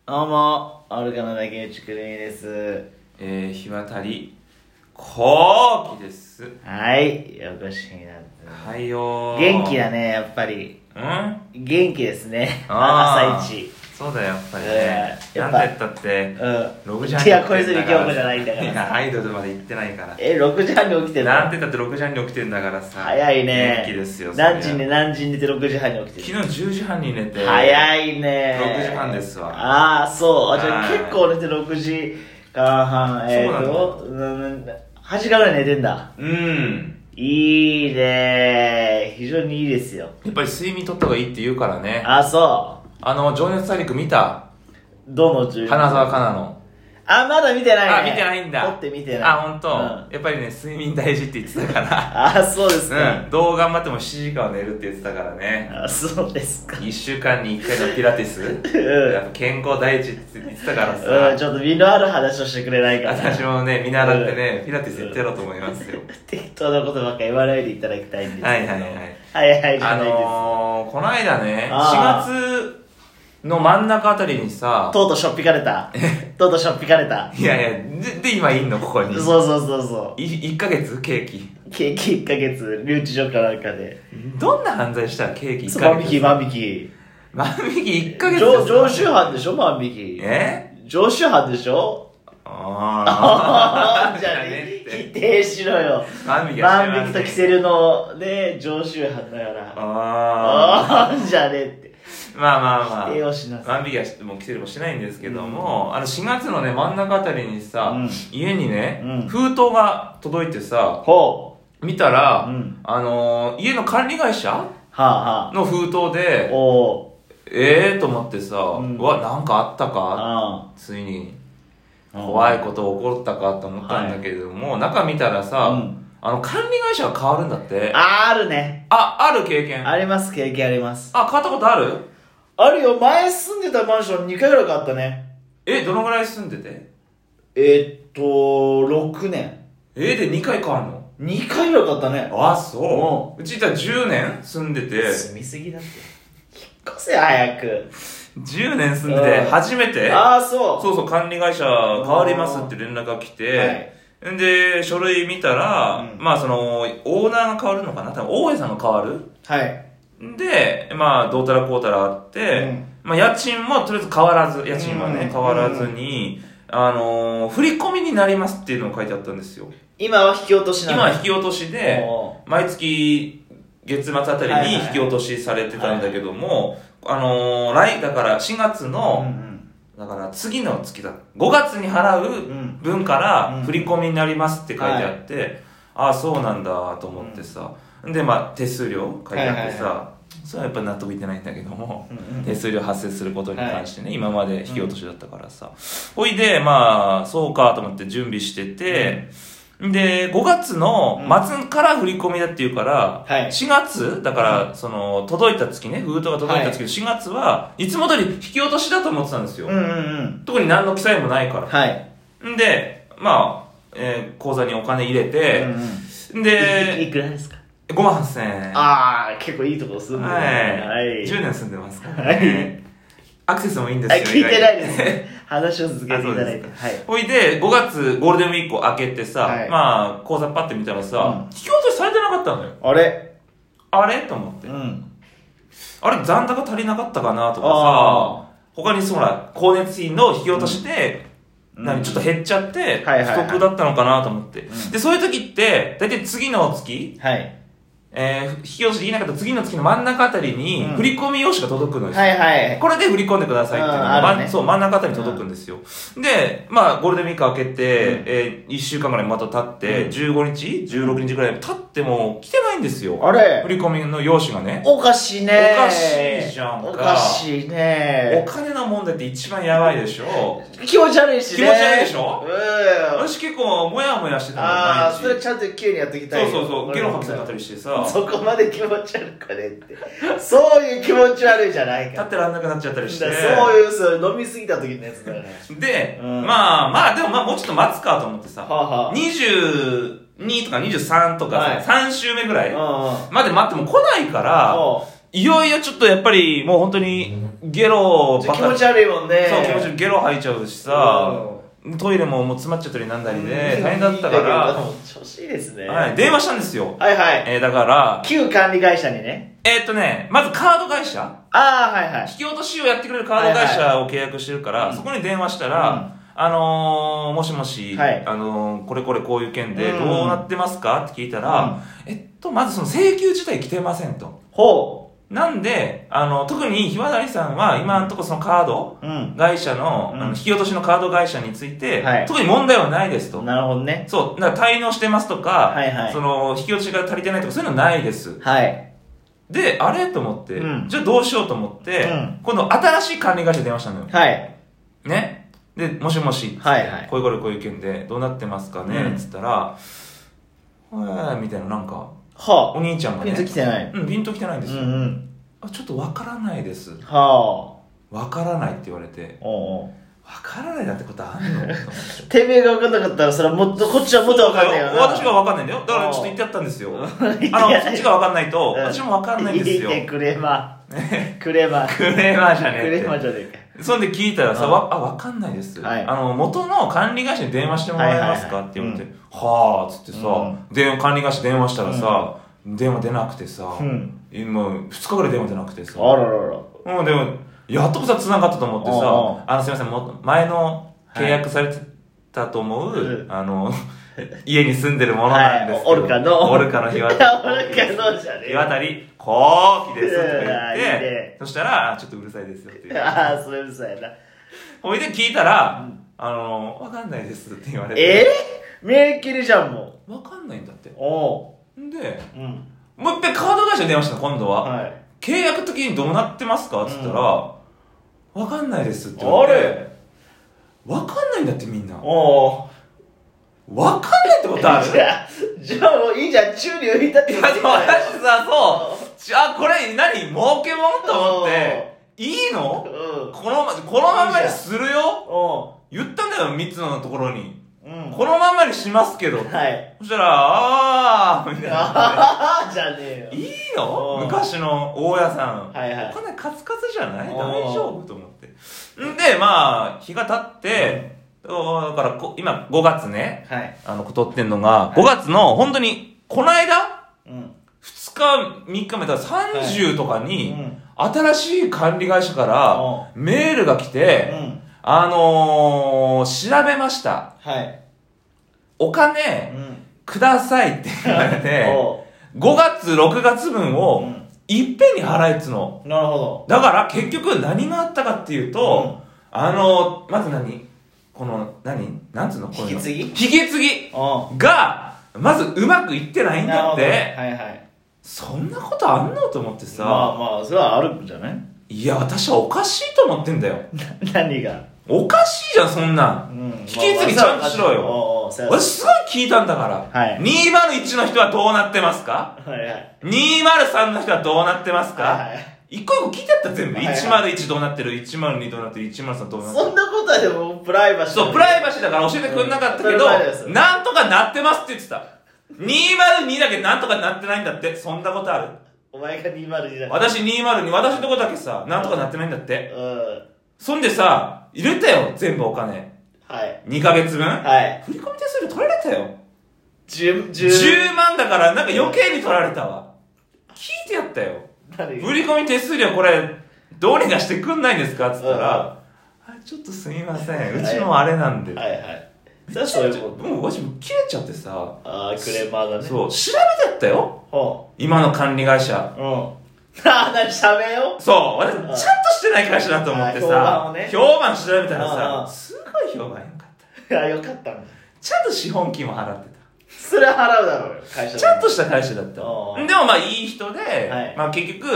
どうも、オルガの竹内くるみです。 日渡りこうきです。 はい、よこしになって。 はいよー。 元気だね、やっぱり。元気ですね。朝一。 そうだよ、やっぱりね。なんだったって、6時半に起きてんだから。 いや、小泉京子じゃないんだから。 いや、アイドルまで行ってないから。 6時半に起きてるの？ なんて言ったって6時半に起きてんだからさ。 早いね。 元気ですよ。 何時に寝て6時半に起きてる？ 昨日10時半に寝て。 早いね。 6時半ですわ。 ああ、そう。じゃあ結構寝て6時間半。8時間ぐらい寝てんだ。いいね。非常にいいですよ。 やっぱり睡眠とった方がいいって言うからね。 あ、そう。 情熱大陸見た？ どの10？ 花澤香菜の。 あ、まだ見てないね。 あ、見てないんだ。 撮って見てない。 あ、ほんと、やっぱりね、睡眠大事って言ってたから。 あ、そうですか。 どう頑張っても7時間は寝るって言ってたからね。 あ、そうですか。 1週間に1回のピラティスやっぱ健康第一って言ってたからさ。 ちょっと身のある話をしてくれないから。 私もね、見習ってね、ピラティスやってやろうと思いますよ。 適当なことばっか言わないでいただきたいんですけど。 はいはいはい。 はいはいじゃないです。 この間ね、4月、の真ん中あたりにさ、 とうとうしょっぴかれた。 いやいや、で今いんのここに。 そう。 1ヶ月ケーキ 1ヶ月、留置所かなんかで。 どんな犯罪したらケーキ1ヶ月？ 万引き。 万引き1ヶ月常習犯でしょ万引き。常習犯でしょじゃあね、否定しろよ。万引きとキセルのね、常習犯だよな。じゃあねって。 まあ否定をしなさい。 万引きはもうキセルもしないんですけども、4月のね、真ん中あたりにさ、家にね、封筒が届いてさ、見たら、家の管理会社の封筒で、と思ってさ、うわ、なんかあったかついに。怖いこと起こったかと思ったんだけれども、中見たらさ、管理会社が変わるんだって。 あるね。 ある経験。 あります、経験あります。 変わったことある？ あるよ、前住んでたマンション2回ぐらい変わったね。 どのぐらい住んでて ？6年。 で2回変わんの？ 2 回ぐらい変わったね。 あ、そう。うちいたら10年住んでて。 住みすぎだって。引っ越せ、早く。 10年住んでて、初めてそう、管理会社変わりますって連絡が来て、で、書類見たら、まあその、オーナーが変わるのかな？多分、大家さんが変わる？で、まあ、どうたらこうたらあって、まあ、家賃もとりあえず変わらず、家賃はね、変わらずに、振り込みになりますっていうのが書いてあったんですよ。 今は引き落としなんだ。 今は引き落としで、毎月月末あたりに引き落としされてたんだけども、だから4月の、だから次の月だ。5月に払う分から振り込みになりますって書いてあって、ああ、そうなんだと思ってさ。で、まあ、手数料書いてあってさ、それはやっぱり納得いってないんだけども、手数料発生することに関してね、今まで引き落としだったからさ。ほいで、まあ、そうかと思って準備してて、で、5月の末から振り込みだっていうから、4月だから、その、届いた月ね、封筒が届いた月の4月はいつも通り引き落としだと思ってたんですよ。特に何の記載もないから。で、まあ、口座にお金入れて、で、 いくらですか ？5万8000円。 結構いいところ住んでるね。 10年住んでますからね。アクセスもいいんですよ。 聞いてないです。話を続けていただいて。 ほいで、5月ゴールデンウィークを明けてさ、まあ、口座パッて見たらさ、引き落としされてなかったのよ。あれと思って。あれ、残高足りなかったかなとかさ、他にほら、光熱費の引き落としで、ちょっと減っちゃって、不得だったのかなと思って。で、そういう時って、だいたい次の月、引き落としできなかった次の月の真ん中あたりに、振り込み用紙が届くのですよ。これで振り込んでくださいっていうのが、そう、真ん中あたりに届くんですよ。で、まあ、ゴールデンウィーク明けて、1週間ぐらいまた経って、15日 ?16 日ぐらい経っても来てないんですよ。振り込みの用紙がね。 おかしいね。 おかしいじゃんか。 おかしいね。 お金の問題って一番やばいでしょ。 気持ち悪いしね。 気持ち悪いでしょ。私結構もやもやしてたの。 それちゃんと急にやっときたい。 そう、ゲロ吐きそうになったりしてさ。 そこまで気持ち悪かねって。そういう気持ち悪いじゃないか。 立ってらんなくなっちゃったりして。 そういう飲みすぎた時のやつだよね。 で、まあ、でもまあもうちょっと待つかと思ってさ、22とか23とか3週目ぐらいまで待っても来ないから、いよいよちょっとやっぱりもう本当にゲロばっかり気持ち悪いもんね。 そう、気持ち悪い。ゲロ吐いちゃうしさ、トイレももう詰まっちゃったりなんだりで大変だったから調子いいですね。 はい、電話したんですよ。 はいはい。 だから旧管理会社にね。 まずカード会社、 はいはい。 引き落としをやってくれるカード会社を契約してるから、そこに電話したら、もしもし、これこれこういう件でどうなってますかって聞いたら、まずその請求自体来てませんと。 ほう。 なんで、特に日渡さんは今のところそのカード会社の、引き落としのカード会社について、特に問題はないですと。 なるほどね。 そう、だから滞納してますとか、その、引き落としが足りてないとかそういうのはないです。はい。で、あれと思って、じゃあどうしようと思って、今度新しい管理会社に電話したのよ。はい。ね。で、もしもし、はいはい。こういう件でどうなってますかねつったら、みたいななんか、お兄ちゃんがね。 ピンと来てない。 ピンと来てないんですよ。ちょっとわからないです。わからないって言われて。わからないなんてことあんのてめえがわかんなかったら、それはもっと、こっちはもっとわかんないよな。 私がわかんないんだよ。だからちょっと言ってやったんですよ。そっちがわかんないと、私もわかんないんですよ。 いいね、クレーマー。クレーマー。 クレーマーじゃねえ。 クレーマーじゃねえか。 そんで聞いたらさ、わかんないです。元の管理会社に電話してもらえますかって言われて、はぁ、つってさ、管理会社電話したらさ、電話出なくてさ、今、2日ぐらい電話出なくてさ。 あららら。 でも、やっとこさ繋がったと思ってさ、すいません、前の契約されてたと思う、家に住んでるものなんですけど、 オルカの日渡オルカのじゃねえ。 日渡り、後期ですって言って、そしたら、ちょっとうるさいですよって言って。 それうるさいな。 ほいで聞いたら、わかんないですって言われて。 迷宮じゃんもう。わかんないんだって。で、 もう一回カード会社に電話したの、今度は。契約的にどうなってますかって言ったら、わかんないですって言われて。わかんないんだってみんな。わかんないってことある？ じゃあもういいじゃん、宙に浮いたって言ってたよ。 私さ、これ何儲けもんと思って、いいの？このまんまにするよ？言ったんだよ、3つのところに。このまんまにしますけど。はい。そしたら、みたいな。 じゃねえよ。 いいの？昔の大家さん。お金カツカツじゃない？大丈夫と思って。で、まあ、日が経って、だから今5月ね、撮ってんのが、5月の本当に、この間、2日、3日目だから30とかに、新しい管理会社からメールが来て、調べました。お金、くださいって言われて、5月、6月分をいっぺんに払えっつの。 なるほど。 だから結局何があったかっていうと、まずなんつうの引き継ぎ引き継ぎが、まずうまくいってないんだって。そんなことあんのと思ってさ。 まあ、それはあるんじゃない？ いや、私はおかしいと思ってんだよ。 何が？ おかしいじゃん、そんなん。引き継ぎちゃんとしろよ。私すごい聞いたんだから。201の人はどうなってますか？203の人はどうなってますか？一個一個聞いてやった全部。101どうなってる、102どうなってる、103どうなってる。 そんなことはでもプライバシー。 そう、プライバシーだから教えてくんなかったけど、なんとかなってますって言ってた。202だけなんとかなってないんだって。そんなことある？ お前が202だ。 私202、私のとこだけさ、なんとかなってないんだって。そんでさ、入れたよ、全部お金。2ヶ月分。振り込み手数料取られたよ。10万だからなんか余計に取られたわ。聞いてやったよ。振り込み手数料これどうにかしてくんないんですかっつったら、ちょっとすみません、うちもあれなんで。そういうこと。もう私も切れちゃってさ。 クレーマーだね。 そう、調べてやったよ。今の管理会社。 何喋よう。 そう、私ちゃんとしてない会社だと思ってさ、評判調べたらさ、すごい評判良かった。 よかったんだ。 ちゃんと資本金も払ってた。 それは払うだろうよ、会社。 ちゃんとした会社だった。でもまあいい人で、まあ結局、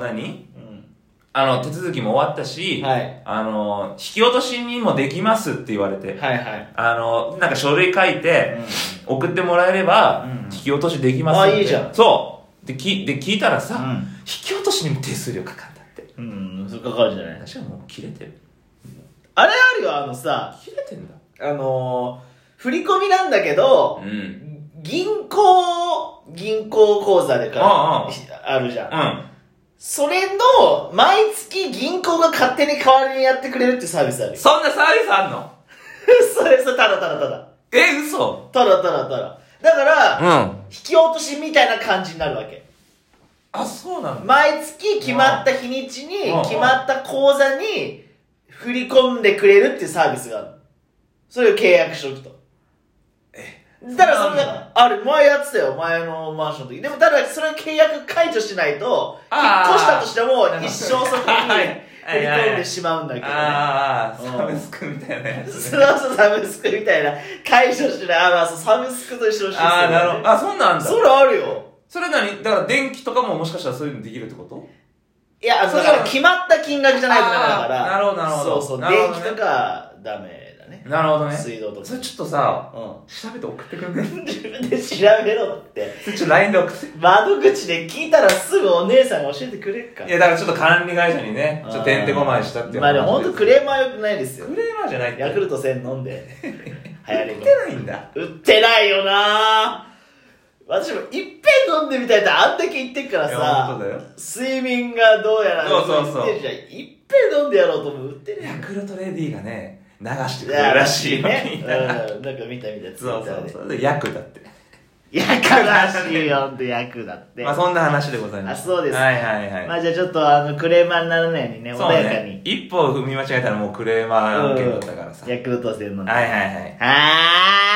手続きも終わったし、引き落としにもできますって言われて、なんか書類書いて、送ってもらえれば、引き落としできますって。 いいじゃん。 そう。で、聞いたらさ、引き落としにも手数料かかんだって。 それかかるじゃない。 私はもう切れてる。 あれあるよ、 切れてんだ。 振り込みなんだけど、銀行口座であるじゃん。 それの、毎月銀行が勝手に代わりにやってくれるってサービスあるよ。 そんなサービスあんの？ それ、ただ。 嘘？ ただ。だから、引き落としみたいな感じになるわけ。 あ、そうなの？ 毎月決まった日にちに、決まった口座に振り込んでくれるっていうサービスがある。それを契約しとくと。ただそれが、あれ、前やってたよ、前のマンションの時。でもただ、それを契約解除しないと、引っ越したとしても、一生そこに振り込んでしまうんだけどね。 サブスクみたいなやつ、ね。 そう、サブスクみたいな。解除しない。サブスクと一緒のシステム、ね。 なるほど。そうなんだ。 それあるよ。 それ何？だから電気とかももしかしたらそういうのできるってこと？ いや、だから決まった金額じゃないとダメだから。 なるほど。 そう、電気とかダメだね。 なるほどね。 水道とか。 それちょっとさ、調べて送ってくんね。 自分で調べろって。 それちょっと LINE で送って。 窓口で聞いたらすぐお姉さんが教えてくれるから。 いや、だからちょっと管理会社にね、ちょっとてんてこまいしたっていう話。 まあでもほんとクレーマーよくないですよ。 クレーマーじゃないって。 ヤクルト1000飲んで。流行り売ってないんだ。 売ってないよなぁ。私もいっぺん飲んでみたいってあんだけ言ってっからさ、睡眠がどうやらそう言ってるじゃん。いっぺん飲んでやろうとも売ってる。 ヤクルトレディがね、流してくれるらしいね。なんか見た。 そう。で、ヤクだって。 ヤクらしいよ、ヤクだって。 まあそんな話でございます。 そうです。 はい。 まあじゃあちょっとクレーマーにならないようにね、穏やかに。 一歩踏み間違えたらもうクレーマー案件だったからさ。 ヤクルト1000飲んで。 はい。 はーい。